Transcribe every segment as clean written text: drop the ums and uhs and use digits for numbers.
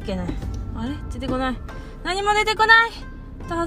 けね。あれ出てこない。何も出てこない。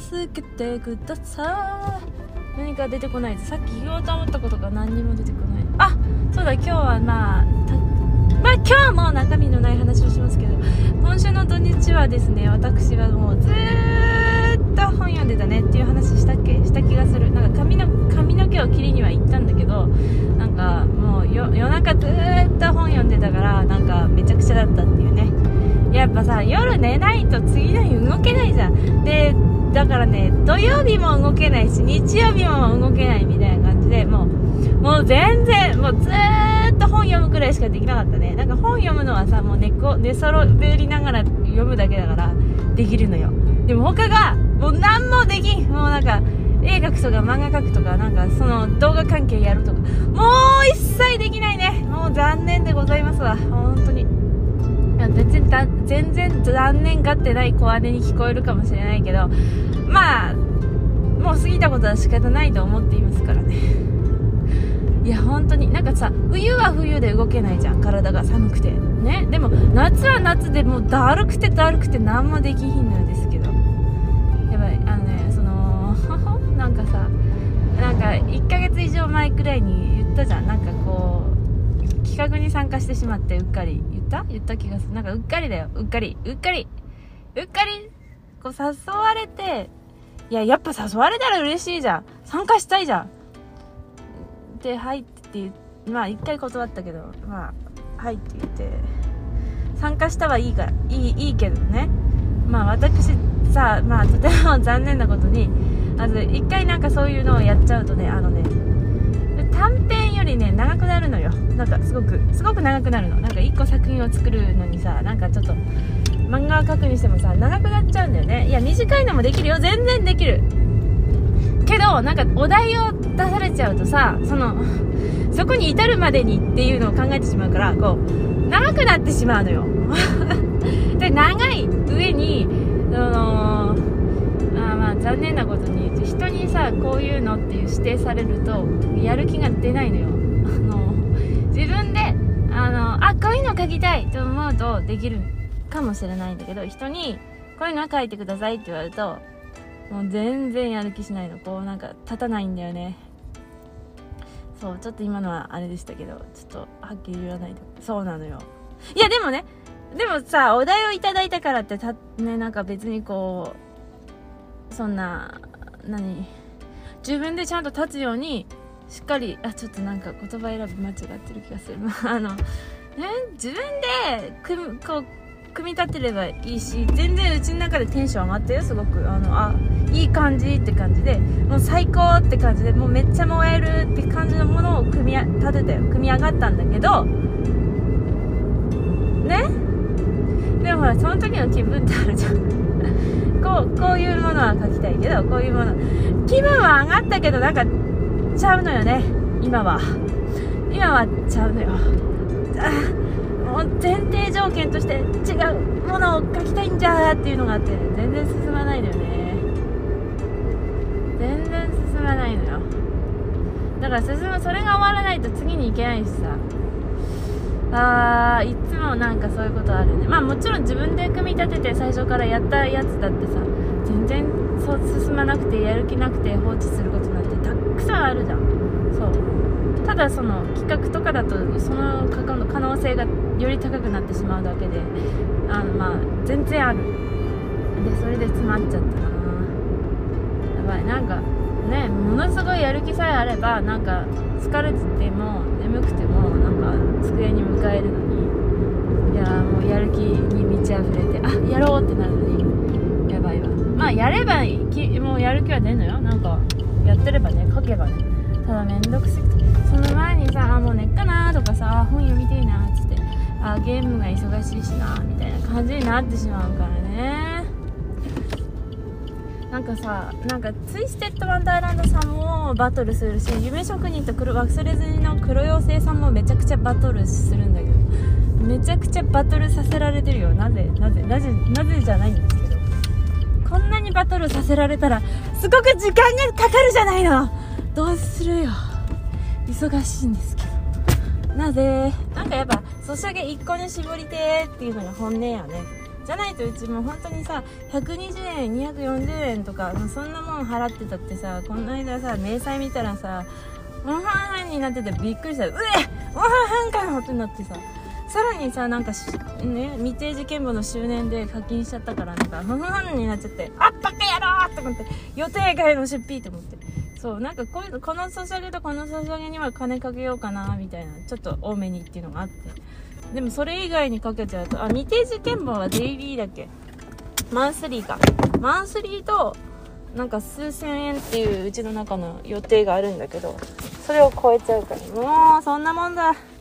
助けてください。何か出てこない。さっき言おうと思ったことが何にも出てこない。あ、そうだ、今日は今日はもう中身のない話をしますけど、今週の土日はですね、私はもうずーっと本読んでたねっていう話した気がする。なんか髪の毛を切りには行ったんだけど、なんかもう夜中ずーっと本読んでたから、なんかめちゃくちゃだったっていうね。やっぱさ、夜寝ないと次の日動けないじゃん。で、だからね、土曜日も動けないし、日曜日も動けないみたいな感じで、もう全然、もうずーっと本読むくらいしかできなかったね。なんか本読むのはさ、もう寝そべりながら読むだけだからできるのよ。でも他がもう何もできん。もうなんか絵描くとか漫画描くとか、なんかその動画関係やるとか、もう一切できないね。もう残念でございますわ、本当に。全然残念がってない小姉に聞こえるかもしれないけど、まあもう過ぎたことは仕方ないと思っていますからね。いや本当になんかさ、冬は冬で動けないじゃん、体が寒くてね。でも夏は夏でもうだるくて何もできひんのですけど、やばい、なんかさ、なんか1ヶ月以上前くらいに言ったじゃん。なんかこう企画に参加してしまって、うっかり言った気がする。なんかうっかりだよ、うっかりこう誘われて、いややっぱ誘われたら嬉しいじゃん、参加したいじゃんで、はいって言って、まあ一回断ったけど、まあはいって言って参加したはいいからいいけどね。まあ私さ、まあとても残念なことに、一回なんかそういうのをやっちゃうとね、短編よりね長くなるのよ。なんかすごく長くなるの。なんか一個作品を作るのにさ、なんかちょっと漫画を描くにしてもさ、長くなっちゃうんだよね。いや短いのもできるよ、全然できるけど、なんかお題を出されちゃうとさ、そこに至るまでにっていうのを考えてしまうから、こう長くなってしまうのよで、長い上にまあ残念なことに人にさ、こういうのっていう指定されるとやる気が出ないのよ。自分でこういうの書きたいと思うとできるかもしれないんだけど、人にこういうの書いてくださいって言われるともう全然やる気しないの。こうなんか立たないんだよね。そう、ちょっと今のはあれでしたけど、ちょっとはっきり言わないと。そうなのよ。いやでもさ、お題をいただいたからってなんか別にこうそんな自分でちゃんと立つようにしっかり、ちょっとなんか言葉選び間違ってる気がする自分で組み立てればいいし、全然うちの中でテンション上がったよ、すごく。いい感じって感じで、もう最高って感じで、もうめっちゃ燃えるって感じのものを組み立てたよ、組み上がったんだけどね。でもほら、その時の気分ってあるじゃんこういうものは書きたいけど、こういうもの気分は上がったけど、なんかちゃうのよね。今はちゃうのよ。もう前提条件として違うものを書きたいんじゃーっていうのがあって、全然進まないのよね。全然進まないのよ。だからそれが終わらないと次に行けないしさ。いつもなんかそういうことあるね。まあもちろん自分で組み立てて最初からやったやつだってさ、全然進まなくて、やる気なくて放置することなんてたくさんあるじゃん。そう、ただその企画とかだとその可能性がより高くなってしまうだけで、まあ全然ある。でそれで詰まっちゃったな。やばい。なんかね、ものすごいやる気さえあれば、なんか疲れてても眠くてもなんか机に向かえるのに、いやもうやる気に満ち溢れて、やろうってなるのにやばいわ。まあやればもうやる気は出んのよ。なんかやってればね、書けばね。ただめんどくさくて、その前にさ、もう寝っかなとかさ、本読みてえなっつって、ゲームが忙しいしなみたいな感じになってしまうからね。なんかさ、なんかツイステッドワンダーランドさんもバトルするし、夢職人と忘れずにの黒妖精さんもめちゃくちゃバトルするんだけど、めちゃくちゃバトルさせられてるよ。なぜじゃないんですけど、こんなにバトルさせられたらすごく時間がかかるじゃないの。どうするよ、忙しいんですけど。なぜなんかやっぱソシャゲ1個に絞りてーっていうのが本音やね。 じゃないとうちも本当にさ120円240円とかそんなもん払ってたってさ、この間さ明細見たらさワンハンハンになっててびっくりした。ワンハンハンかよってなってさ、さらにさなんかね未定時健保の周年で課金しちゃったからなんかハンになっちゃって、あっバカ野郎って思って、予定外の出費と思って、そうなんかこのソシャゲとこのソシャゲには金かけようかなみたいな、ちょっと多めにっていうのがあって、でもそれ以外にかけちゃうと、未定時健保はデイリーだっけ、マンスリーか、マンスリーとなんか数千円っていううちの中の予定があるんだけど、それを超えちゃうから、もうそんなもんだ。